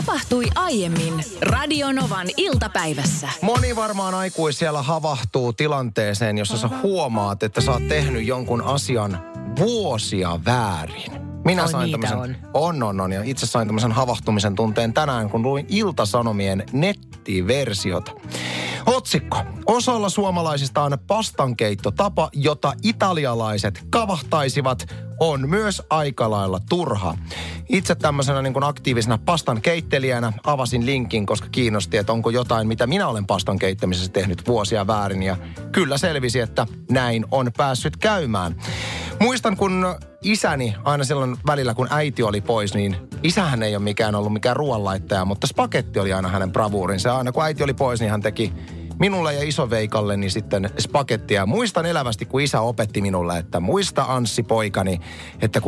Tapahtui aiemmin Radionovan iltapäivässä. Moni varmaan aikuis siellä havahtuu tilanteeseen, jossa sä huomaat, että sä oot tehnyt jonkun asian vuosia väärin. Minä sain tämmöisen, on. Ja itse sain tämmöisen havahtumisen tunteen tänään, kun luin Ilta-Sanomien nettiversiota. Otsikko. Osalla suomalaisista on pastankeittotapa, jota italialaiset kavahtaisivat, on myös aika lailla turha. Itse tämmöisenä niin kuin aktiivisena pastan keittelijänä avasin linkin, koska kiinnosti, että onko jotain, mitä minä olen pastan keittämisessä tehnyt vuosia väärin. Ja kyllä selvisi, että näin on päässyt käymään. Muistan, kun isäni aina silloin välillä, kun äiti oli pois, niin isähän ei ole ollut mikään ruoanlaittaja, mutta spagetti oli aina hänen bravuurinsa. Aina kun äiti oli pois, niin hän teki minulle ja isoveikalle niin sitten spagettia. Muistan elävästi, kun isä opetti minulle, että muista Anssi poikani, että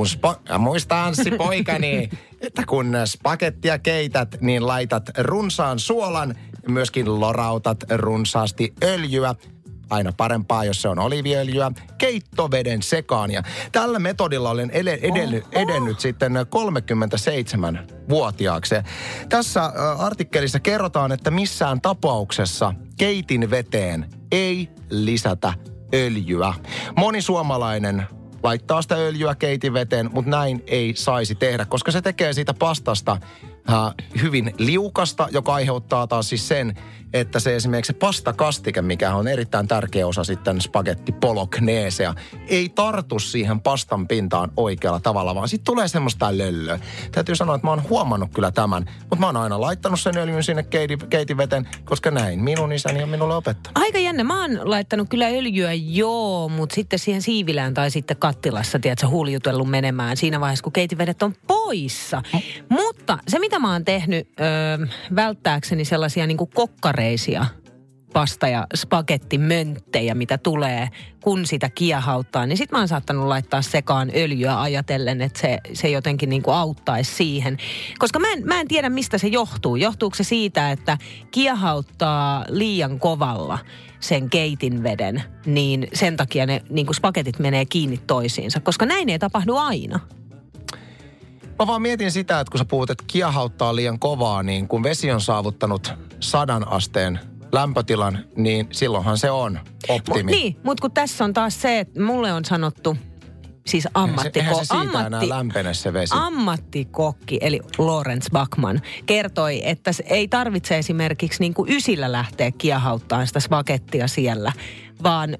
kun spagettia keität, niin laitat runsaan suolan ja myöskin lorautat runsaasti öljyä. Aina parempaa, jos se on oliiviöljyä, keittoveden sekaan. Ja tällä metodilla olen edennyt sitten 37-vuotiaaksi. Tässä artikkelissa kerrotaan, että missään tapauksessa keitin veteen ei lisätä öljyä. Moni suomalainen laittaa sitä öljyä keitin veteen, mutta näin ei saisi tehdä, koska se tekee siitä pastasta hyvin liukasta, joka aiheuttaa taas siis sen, että se esimerkiksi se pastakastike, mikä on erittäin tärkeä osa sitten spagetti bolognese, ei tartu siihen pastan pintaan oikealla tavalla, vaan sitten tulee semmoista löllöä. Täytyy sanoa, että mä oon huomannut kyllä tämän, mutta mä oon aina laittanut sen öljyn sinne keitin veteen, koska näin minun isäni on minulle opettanut. Aika jännä. Mä oon laittanut kyllä öljyä, mutta sitten siihen siivilään tai sitten kattilassa, tiedätkö, huljutellut menemään siinä vaiheessa, kun keitinvedet on poissa. Mutta se, mitä mä oon tehnyt välttääkseni sellaisia niin kuin kokkareisia pasta- ja spagettimönttejä, mitä tulee, kun sitä kiehauttaa, niin sit mä oon saattanut laittaa sekaan öljyä ajatellen, että se jotenkin niin kuin auttaisi siihen. Koska mä en tiedä, mistä se johtuu. Johtuuko se siitä, että kiehauttaa liian kovalla sen keitinveden, niin sen takia ne niin kuin spagetit menee kiinni toisiinsa, koska näin ei tapahdu aina. Mä vaan mietin sitä, että kun sä puhut, että kiehauttaa liian kovaa, niin kun vesi on saavuttanut 100 asteen lämpötilan, niin silloinhan se on optimi. Mutta kun tässä on taas se, että mulle on sanottu, siis ammattikokki, eli Lawrence Bachman, kertoi, että ei tarvitse esimerkiksi niin kuin ysillä lähteä kiehauttamaan sitä spagettia siellä, vaan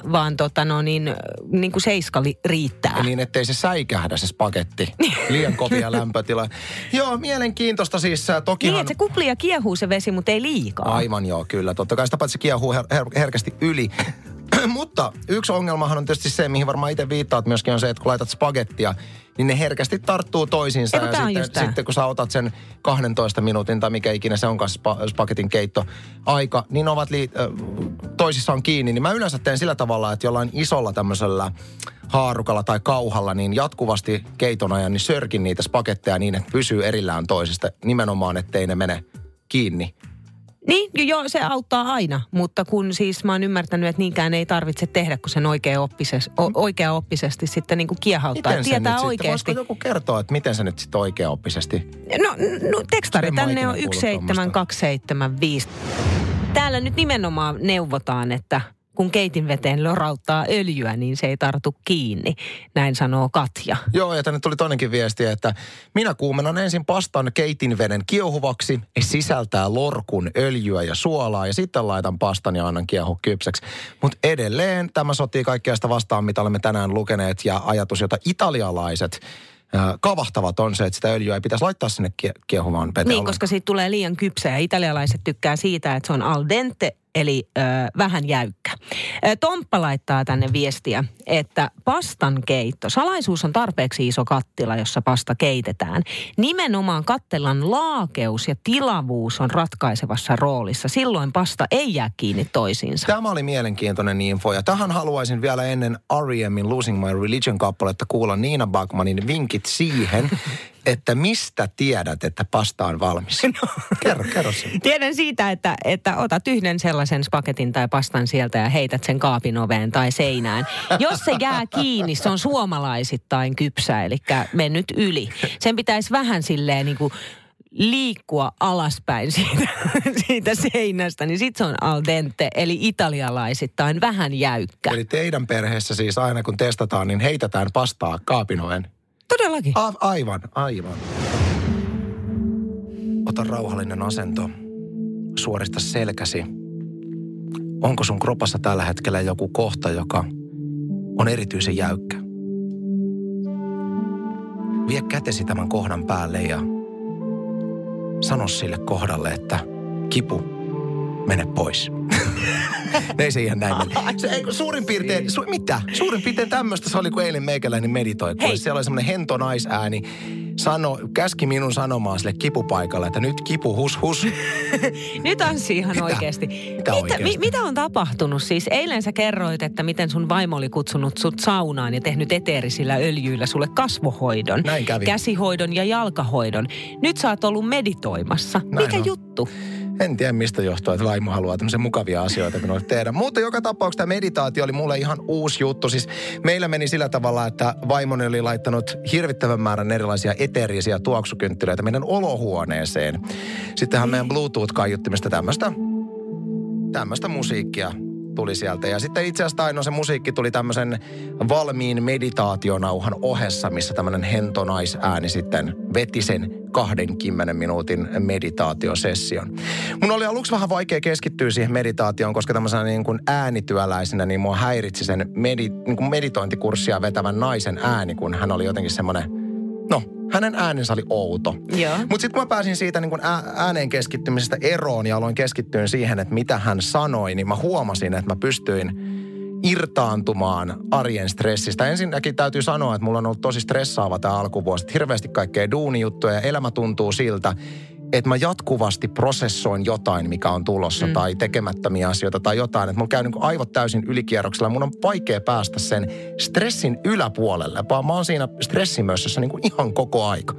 niin kuin seiska riittää. Ja niin, ettei se säikähdä se spagetti. Liian kovia lämpötila. Joo, mielenkiintoista siis. Tokihan... Niin, että se kuplii ja kiehuu se vesi, mutta ei liikaa. Aivan joo, kyllä. Totta kai sitä paitsi se kiehuu herkästi yli. Mutta yksi ongelmahan on tietysti se, mihin varmaan itse viittaat myöskin, on se, että kun laitat spagettia, niin ne herkästi tarttuu toisiinsa. Ja sitten kun sä otat sen 12 minuutin tai mikä ikinä se onkaan spagetin keittoaika, niin ne ovat toisissaan kiinni. Niin mä yleensä teen sillä tavalla, että jollain isolla tämmöisellä haarukalla tai kauhalla, niin jatkuvasti keiton ajan niin sörkin niitä spagetteja niin, että pysyy erillään toisista. Nimenomaan, ettei ne mene kiinni. Niin, joo, se auttaa aina, mutta kun siis mä oon ymmärtänyt, että niinkään ei tarvitse tehdä, kun sen oikeaoppisesti sitten niin kuin kiehauttaa. Miten tietää se nyt oikeasti. Voisiko joku kertoa, että miten se nyt sitten oikeaoppisesti? No tekstari tänne on 17275. Täällä nyt nimenomaan neuvotaan, että kun keitinveteen lorauttaa öljyä, niin se ei tartu kiinni. Näin sanoo Katja. Joo, ja tänne tuli toinenkin viesti, että minä kuumenan ensin pastan keitinveden kiehuvaksi, sisältää lorkun öljyä ja suolaa, ja sitten laitan pastan ja annan kiehua kypsäksi. Mutta edelleen tämä sotii kaikkea sitä vastaan, mitä olemme tänään lukeneet, ja ajatus, jota italialaiset kavahtavat on se, että sitä öljyä ei pitäisi laittaa sinne kiehuvaan veteen. Niin, koska siitä tulee liian kypsä, ja italialaiset tykkää siitä, että se on al dente, eli vähän jäykkä. Tomppa laittaa tänne viestiä, että pastan keitto. Salaisuus on tarpeeksi iso kattila, jossa pasta keitetään. Nimenomaan kattilan laakeus ja tilavuus on ratkaisevassa roolissa. Silloin pasta ei jää kiinni toisiinsa. Tämä oli mielenkiintoinen info. Ja tähän haluaisin vielä ennen R.E.M:in Losing My Religion-kappaletta kuulla Nina Bachmanin vinkit siihen, että mistä tiedät, että pasta on valmis? No. Kerro sen. Tiedän siitä, että otat yhden sellaisen spagetin tai pastan sieltä ja heität sen kaapin oveen tai seinään. Jos se jää kiinni, se on suomalaisittain kypsä, eli mennyt yli. Sen pitäisi vähän silleen niin kuin liikkua alaspäin siitä seinästä, niin sit se on al dente, eli italialaisittain vähän jäykkä. Eli teidän perheessä siis aina kun testataan, niin heitetään pastaa kaapin oven. Todellakin. Aivan. Ota rauhallinen asento. Suorista selkäsi. Onko sun kropassa tällä hetkellä joku kohta, joka on erityisen jäykkä? Vie kätesi tämän kohdan päälle ja sano sille kohdalle, että kipu, mene pois. Ei se ihan näin mene. Suurin piirtein, Suurin piirtein tämmöistä se oli, kun eilen meikäläinen meditoi. Kun siellä oli semmoinen hento naisääni. Käski minun sanomaan sille kipupaikalle, että nyt kipu, hus. Nyt Anssi ihan oikeasti. Mitä on tapahtunut? Siis eilen sä kerroit, että miten sun vaimo oli kutsunut sut saunaan ja tehnyt eteerisillä öljyillä sulle kasvohoidon. Näin kävi. Käsihoidon ja jalkahoidon. Nyt sä oot ollut meditoimassa. Mikä juttu? En tiedä mistä johtuu, että vaimo haluaa tämmöisiä mukavia asioita minulle tehdä. Mutta joka tapauksessa tämä meditaatio oli mulle ihan uusi juttu. Siis meillä meni sillä tavalla, että vaimoni oli laittanut hirvittävän määrän erilaisia eteerisiä tuoksukynttilöitä meidän olohuoneeseen. Sittenhän meidän Bluetooth-kaiuttimesta tämmöistä musiikkia tuli sieltä. Ja sitten itse asiassa se musiikki tuli tämmöisen valmiin meditaationauhan ohessa, missä tämmöinen hentonaisääni sitten veti sen 20 minuutin meditaatiosession. Mun oli aluksi vähän vaikea keskittyä siihen meditaatioon, koska tämmöisenä niin kuin äänityöläisenä niin mua häiritsi sen niin kuin meditointikurssia vetävän naisen ääni, kun hän oli jotenkin semmoinen, hänen äänensä oli outo. Mutta sitten kun mä pääsin siitä niin kun ääneen keskittymisestä eroon ja aloin keskittyä siihen, että mitä hän sanoi, niin mä huomasin, että mä pystyin irtaantumaan arjen stressistä. Ensinnäkin täytyy sanoa, että mulla on ollut tosi stressaava tämä alkuvuosi. Hirveästi kaikkea duunijuttuja ja elämä tuntuu siltä, että mä jatkuvasti prosessoin jotain, mikä on tulossa tai tekemättömiä asioita tai jotain. Että mulla käy niin kuin aivot täysin ylikierroksella. Mun on vaikea päästä sen stressin yläpuolelle, vaan mä oon siinä stressimössössä niin kuin ihan koko aika.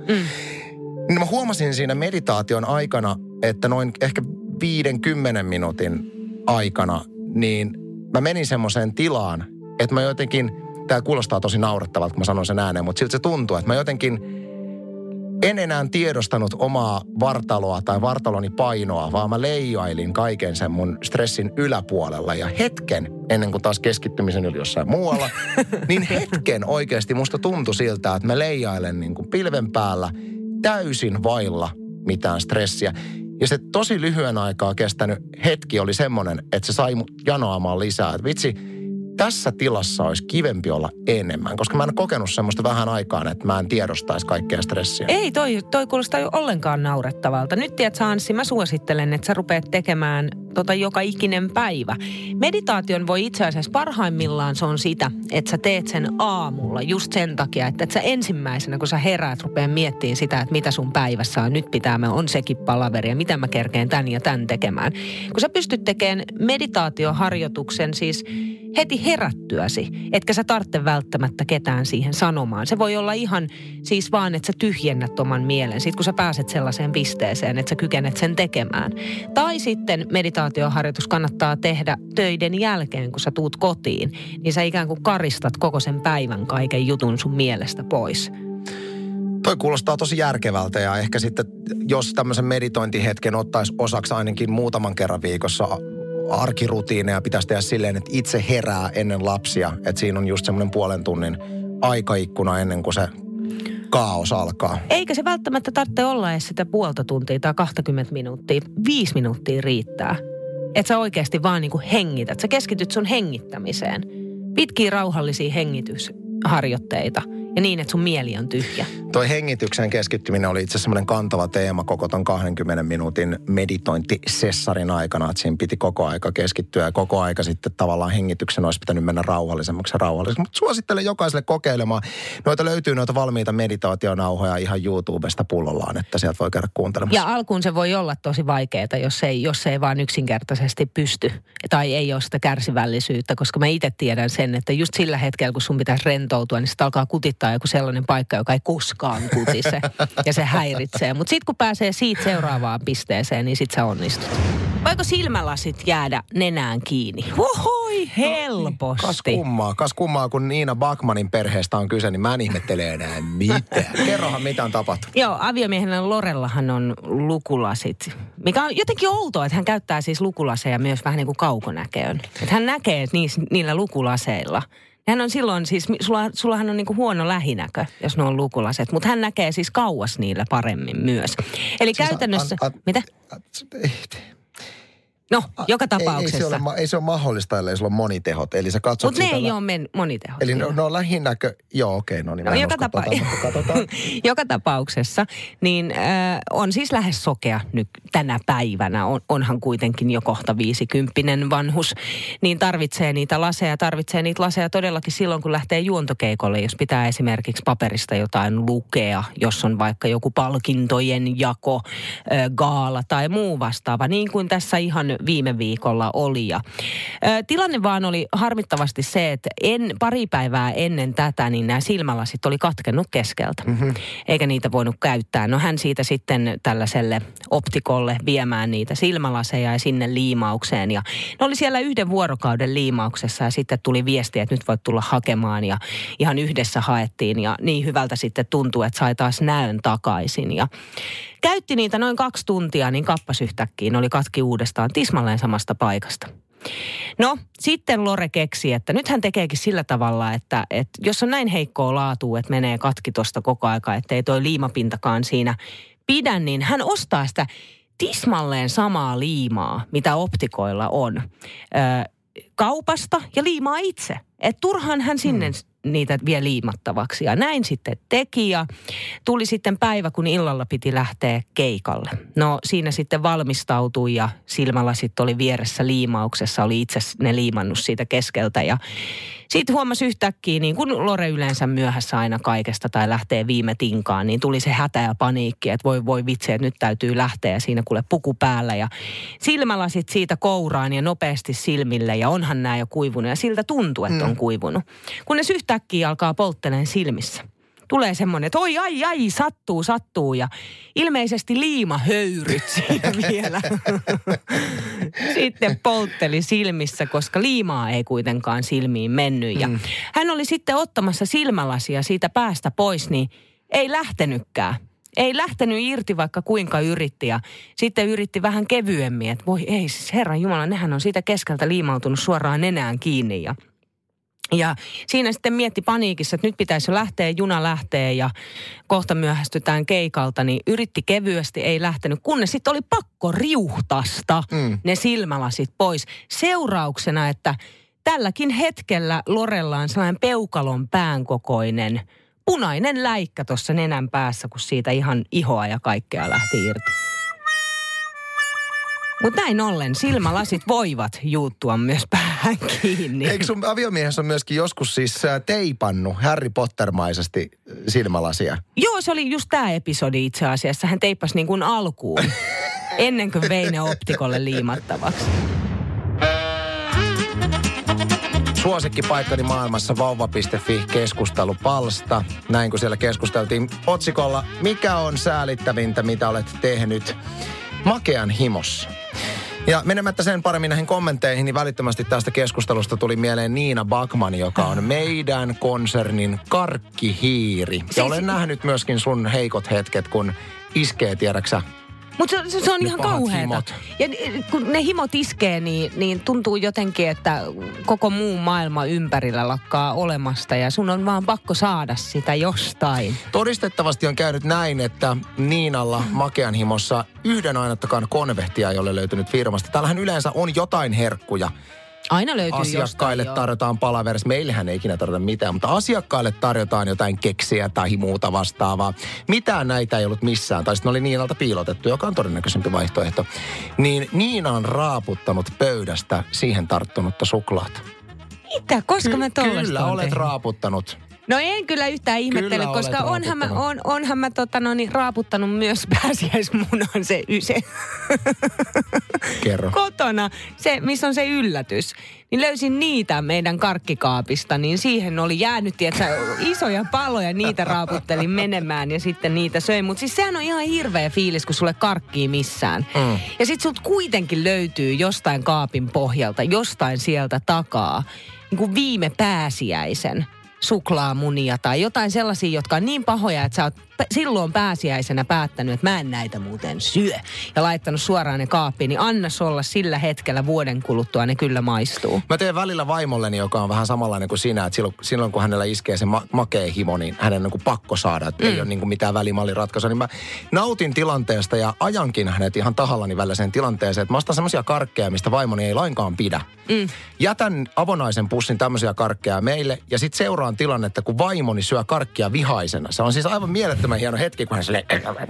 Niin mä huomasin siinä meditaation aikana, että noin ehkä 5-10 minuutin aikana, niin mä menin semmoiseen tilaan, että mä jotenkin, tää kuulostaa tosi naurettavalta, kun mä sanon sen ääneen, mutta siltä se tuntuu, että mä jotenkin en enää tiedostanut omaa vartaloa tai vartaloni painoa, vaan mä leijailin kaiken sen mun stressin yläpuolella. Ja hetken, ennen kuin taas keskittymisen oli jossain muualla, niin hetken oikeasti musta tuntui siltä, että mä leijailen niin kuin pilven päällä täysin vailla mitään stressiä. Ja se tosi lyhyen aikaa kestänyt hetki oli semmoinen, että se sai mut janoamaan lisää. Että vitsi, tässä tilassa olisi kivempi olla enemmän, koska mä en kokenut semmoista vähän aikaan, että mä en tiedostaisi kaikkea stressiä. Ei, toi kuulostaa jo ollenkaan naurettavalta. Nyt tiedät Anssi, mä suosittelen, että sä rupeat tekemään joka ikinen päivä. Meditaation voi itse asiassa parhaimmillaan se on sitä, että sä teet sen aamulla just sen takia, että sä ensimmäisenä, kun sä heräät, rupeaa miettimään sitä, että mitä sun päivässä on. Nyt on sekin palaveri ja mitä mä kerkeen tän ja tän tekemään. Kun sä pystyt tekemään meditaatioharjoituksen siis heti herättyäsi, etkä sä tarvitse välttämättä ketään siihen sanomaan. Se voi olla ihan siis vaan, että sä tyhjennät oman mielen. Sitten kun sä pääset sellaiseen pisteeseen, että sä kykenet sen tekemään. Tai sitten meditaatioharjoitus kannattaa tehdä töiden jälkeen, kun sä tuut kotiin. Niin sä ikään kuin karistat koko sen päivän kaiken jutun sun mielestä pois. Toi kuulostaa tosi järkevältä ja ehkä sitten, jos tämmöisen meditointihetken ottaisi osaksi ainakin muutaman kerran viikossa arkirutiineja pitäisi tehdä silleen, että itse herää ennen lapsia. Että siinä on just semmoinen puolen tunnin aikaikkuna ennen kuin se kaos alkaa. Eikä se välttämättä tarvitse olla edes sitä puolta tuntia tai 20 minuuttia. 5 minuuttia riittää. Että sä oikeasti vaan niin kuin hengität. Sä keskityt sun hengittämiseen. Pitkiä rauhallisia hengitysharjoitteita. Ja niin, että sun mieli on tyhjä. Toi hengitykseen keskittyminen oli itse asiassa semmoinen kantava teema koko ton 20 minuutin meditointisessarin aikana. Että siinä piti koko aika keskittyä ja koko aika sitten tavallaan hengityksen olisi pitänyt mennä rauhallisemmaksi. Mutta suosittelen jokaiselle kokeilemaan. Noita valmiita meditaationauhoja ihan YouTubesta pullollaan, että sieltä voi käydä kuuntelemassa. Ja alkuun se voi olla tosi vaikeaa, jos ei vaan yksinkertaisesti pysty. Tai ei ole sitä kärsivällisyyttä, koska mä itse tiedän sen, että just sillä hetkellä, kun sun pitäisi rentoutua, niin sitä alkaa kutittaa joku sellainen paikka, joka ei koskaan kutise ja se häiritsee. Mutta sitten kun pääsee siitä seuraavaan pisteeseen, niin sit sä onnistut. Voiko silmälasit jäädä nenään kiinni? Ohoi! Oi helposti. Kas kummaa, kun Nina Backmanin perheestä on kyse, niin mä en ihmettele enää mitään. Kerrohan, mitä on tapahtunut. Joo, aviomiehenä Lorellahan on lukulasit, mikä on jotenkin outoa, että hän käyttää siis lukulaseja myös vähän niin kuin kaukonäköön. Että hän näkee niillä lukulaseilla. Hän on silloin siis, sullahan on niinku huono lähinäkö, jos ne on lukulaset, mutta hän näkee siis kauas niillä paremmin myös. Eli siis käytännössä, mitä? No, joka tapauksessa. Ei se ole mahdollista, ellei sulla on monitehot. Eli sä katsot mutta ne ei ole monitehot. Eli no lähinäkö, joo okei, no niin. No, joka tapauksessa, niin on siis lähes sokea nyt tänä päivänä. Onhan kuitenkin jo kohta 50 vanhus, niin tarvitsee niitä laseja todellakin silloin, kun lähtee juontokeikolle, jos pitää esimerkiksi paperista jotain lukea, jos on vaikka joku palkintojen jako, gaala tai muu vastaava, niin kuin tässä ihan viime viikolla oli. Ja, tilanne vaan oli harmittavasti se, että pari päivää ennen tätä, niin nämä silmälasit oli katkennut keskeltä. Mm-hmm. Eikä niitä voinut käyttää. No hän siitä sitten tällaiselle optikolle viemään niitä silmälaseja ja sinne liimaukseen. Ja ne oli siellä 1 vuorokauden liimauksessa ja sitten tuli viesti, että nyt voit tulla hakemaan. Ja ihan yhdessä haettiin ja niin hyvältä sitten tuntui, että sai taas näön takaisin. Ja käytti niitä noin 2 tuntia, niin kappas yhtäkkiä. Ne oli katki uudestaan tismalleen samasta paikasta. No, sitten Lore keksi, että nyt hän tekeekin sillä tavalla, että jos on näin heikkoa laatua, että menee katki tuosta koko aika, ettei toi liimapintakaan siinä pidä, niin hän ostaa sitä tismalleen samaa liimaa, mitä optikoilla on, kaupasta ja liimaa itse. Että turhaan hän sinne niitä vie liimattavaksi. Ja näin sitten teki ja tuli sitten päivä, kun illalla piti lähteä keikalle. No siinä sitten valmistautui ja silmälasit oli vieressä liimauksessa. Oli itse ne liimannut siitä keskeltä ja sitten huomasi yhtäkkiä, niin kun Lore yleensä myöhässä aina kaikesta tai lähtee viime tinkaan, niin tuli se hätä ja paniikki, että voi vitsi, että nyt täytyy lähteä ja siinä kuule puku päällä ja silmälasit siitä kouraan ja nopeasti silmille ja onhan nämä jo kuivunut ja siltä tuntuu, että on kuivunut. Kunnes yhtäkkiä alkaa poltteleen silmissä. Tulee semmoinen, että oi ai, sattuu ja ilmeisesti liimahöyryt siinä vielä. Sitten poltteli silmissä, koska liimaa ei kuitenkaan silmiin mennyt. Ja hän oli sitten ottamassa silmälasia siitä päästä pois, niin ei lähtenytkään. Ei lähtenyt irti, vaikka kuinka yritti ja sitten yritti vähän kevyemmin, että voi ei siis Herran Jumala, nehän on siitä keskeltä liimautunut suoraan nenään kiinni ja siinä sitten mietti paniikissa, että nyt pitäisi jo lähteä, juna lähtee ja kohta myöhästytään keikalta, niin yritti kevyesti, ei lähtenyt, kunnes sitten oli pakko riuhtasta ne silmälasit pois. Seurauksena, että tälläkin hetkellä Lorella on sellainen peukalon pään kokoinen punainen läikkä tuossa nenän päässä, kun siitä ihan ihoa ja kaikkea lähti irti. Mutta näin ollen silmälasit voivat juuttua myös päähän kiinni. Eikö sun aviomiehessä on myöskin joskus siis teipannut Harry Potter-maisesti silmälasia? Joo, se oli just tämä episodi itse asiassa. Hän teippasi niin kuin alkuun, ennen kuin vei ne optikolle liimattavaksi. Suosikkipaikkani maailmassa vauva.fi-keskustelupalsta. Näin kun siellä keskusteltiin otsikolla, mikä on säälittävintä, mitä olet tehnyt makean himossa. Ja menemättä sen paremmin näihin kommentteihin, niin välittömästi tästä keskustelusta tuli mieleen Nina Backman, joka on meidän konsernin karkkihiiri. Ja olen nähnyt myöskin sun heikot hetket, kun iskee, tiedäksä. Mutta se on ihan kauheata. Ja kun ne himot iskee, niin tuntuu jotenkin, että koko muu maailma ympärillä lakkaa olemasta ja sun on vaan pakko saada sitä jostain. Todistettavasti on käynyt näin, että Niinalla makean himossa yhden ainottakaan konvehtia ei ole löytynyt firmasta. Täällähän yleensä on jotain herkkuja. Aina löytyy asiakkaille jostain, tarjotaan palaverissa. Meillähän ei ikinä tarjota mitään, mutta asiakkaille tarjotaan jotain keksiä tai muuta vastaavaa. Mitään näitä ei ollut missään. Tai sitten oli Niinalta piilotettu, joka on todennäköisempi vaihtoehto. Niin Niina on raaputtanut pöydästä siihen tarttunutta suklaata. Mitä? Koska mä tollaista Kyllä, olet raaputtanut. No en kyllä yhtään ihmettele, koska onhan mä raaputtanut myös pääsiäismunan se Kerro. Kotona, se missä on se yllätys. Niin löysin niitä meidän karkkikaapista, niin siihen oli jäänyt, isoja paloja, niitä raaputtelin menemään ja sitten niitä söin. Mutta siis sehän on ihan hirveä fiilis, kun sulle karkkii missään. Ja sit sut kuitenkin löytyy jostain kaapin pohjalta, jostain sieltä takaa, niin kuin viime pääsiäisen suklaamunia tai jotain sellaisia, jotka on niin pahoja, että sä oot silloin pääsiäisenä päättänyt, että mä en näitä muuten syö. Ja laittanut suoraan ne kaappiin, niin annas olla sillä hetkellä vuoden kuluttua, ne kyllä maistuu. Mä teen välillä vaimolleni, joka on vähän samanlainen kuin sinä, että silloin kun hänellä iskee se makea himo, niin hänen on niin kuin pakko saada, että ei ole niin kuin mitään välimalliratkaisua. Niin mä nautin tilanteesta ja ajankin hänet ihan tahallani välillä sen tilanteeseen, että mä ostan semmoisia karkkeja, mistä vaimoni ei lainkaan pidä. Jätän avonaisen pussin tämmöisiä karkkeja meille ja sitten seuraan tilannetta, kun vaimoni syö karkkia vihaisena. Se on siis aivan mielettömän hieno hetki, kun hän se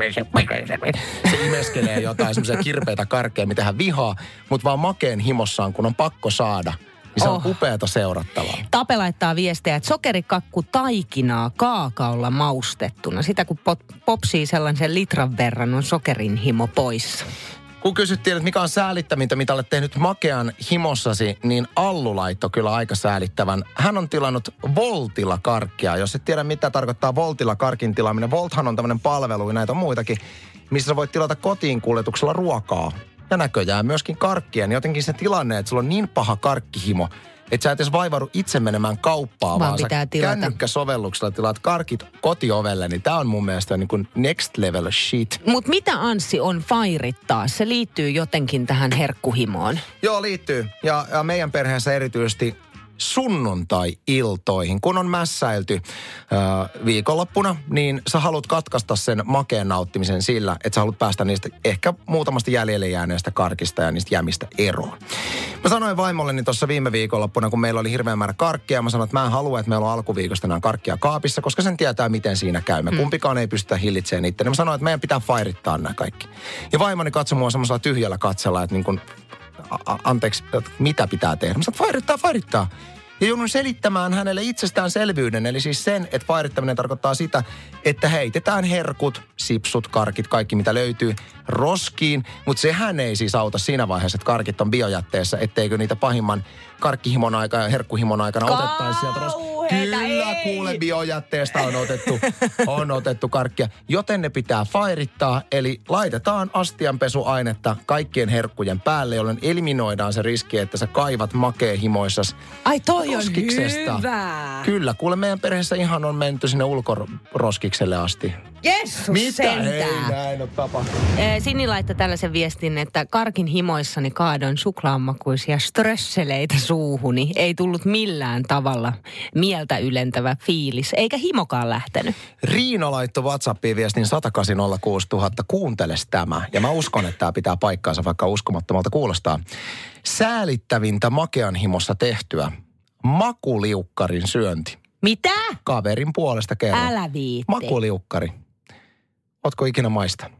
imeskelee jotain semmoisia kirpeitä karkkeja, mitä hän vihaa, mutta vaan makeen himossaan, kun on pakko saada. Niin se on upeata seurattavaa. Tape laittaa viestejä, että sokerikakku taikinaa kaakaolla maustettuna. Sitä kun popsii sellaisen litran verran, on sokerin himo poissa. Kun kysyttiin, että mikä on säälittämintä, mitä olet tehnyt makean himossasi, niin Allu laittoi kyllä aika säälittävän. Hän on tilannut Voltilla karkkia. Jos et tiedä, mitä tarkoittaa Voltilla karkin tilaaminen. Volthan on tämmöinen palvelu, ja näitä on muitakin, missä sä voit tilata kotiin kuljetuksella ruokaa. Ja näköjään myöskin karkkia. Niin jotenkin se tilanne, että sulla on niin paha karkkihimo, että sä et edes vaivaudu itse menemään kauppaan, vaan sä kännykkäsovelluksella tilaat karkit kotiovelle, niin tää on mun mielestä niin kuin next level shit. Mut mitä Anssi on fairittaa? Se liittyy jotenkin tähän herkkuhimoon. Joo, liittyy. Ja meidän perheessä erityisesti sunnuntai-iltoihin, kun on mässäilty viikonloppuna, niin sä haluat katkaista sen makeen nauttimisen sillä, että sä haluat päästä niistä ehkä muutamasta jäljelle jääneestä karkista ja niistä jämistä eroon. Mä sanoin vaimolleni tuossa viime viikonloppuna, kun meillä oli hirveän määrä karkkia, mä sanoin, että mä en halua, että meillä on alkuviikosta nämä karkkia kaapissa, koska sen tietää, miten siinä käy. Me kumpikaan ei pystytä hillitsemään niitä. Mä sanoin, että meidän pitää fairittaa nämä kaikki. Ja vaimoni katsoi mua semmoisella tyhjällä katsella, että niin kuin, anteeksi, mitä pitää tehdä. Mä sanoin, fairittaa. Ja joudun selittämään hänelle itsestäänselvyyden, eli siis sen, että fairittaminen tarkoittaa sitä, että heitetään herkut, sipsut, karkit, kaikki mitä löytyy roskiin. Mutta sehän ei siis auta siinä vaiheessa, että karkit on biojätteessä, etteikö niitä pahimman karkkihimon aikana ja herkkuhimon aikana otettaisi sieltä roskiin. Kyllä, kuule, biojätteestä on otettu karkkia. Joten ne pitää fairittaa, eli laitetaan astianpesuainetta kaikkien herkkujen päälle, jolloin eliminoidaan se riski, että sä kaivat makeehimoissasi roskiksesta. Hyvä. Kyllä, kuule, meidän perheessä ihan on menty sinne ulkoroskikselle asti. Jessus sentään. Mitä? Ei näin ole tapahtunut. Sini laittoi tällaisen viestin, että karkin himoissani kaadoin suklaanmakuisia strösseleitä suuhuni. Ei tullut millään tavalla mieltä ylentävä fiilis, eikä himokaan lähtenyt. Riina laittoi WhatsAppiin viestin 180 000. Kuunteles tämä. Ja mä uskon, että tämä pitää paikkaansa, vaikka uskomattomalta kuulostaa. Säälittävintä makean himossa tehtyä. Makuliukkarin syönti. Mitä? Kaverin puolesta kerran. Älä viitti. Makuliukkari. Ootko ikinä maistanut?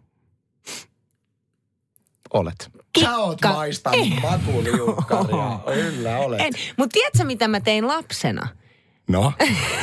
Olet. Sä oot maistanut makuliukkaria. Kyllä olet. Mutta tiedätkö, mitä mä tein lapsena? No?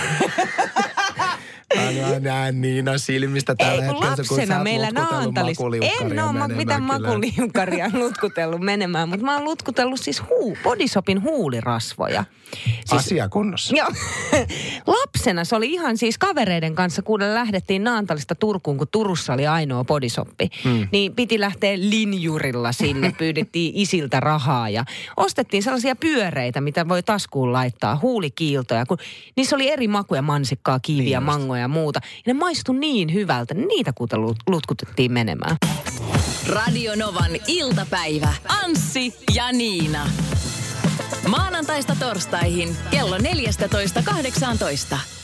Mä näen Niina silmistä tällä hetkellä, kun sä oot meillä Naantalissa. En ole mitään makuliukkaria lutkutellut menemään, mutta mä oon lutkutellut siis Bodysopin huulirasvoja. Siis, asia kunnossa. Joo. Lapsena se oli ihan siis kavereiden kanssa, kun lähdettiin Naantalista Turkuun, kun Turussa oli ainoa Bodysoppi. Niin piti lähteä linjurilla sinne, pyydettiin isiltä rahaa ja ostettiin sellaisia pyöreitä, mitä voi taskuun laittaa, huulikiiltoja. Niissä oli eri makuja, mansikkaa, kiiviä, mangoja ja muuta. Ja ne maistui niin hyvältä, niitä kuuta lutkutettiin menemään. Radio Novan iltapäivä. Anssi ja Niina. Maanantaista torstaihin kello 14.18.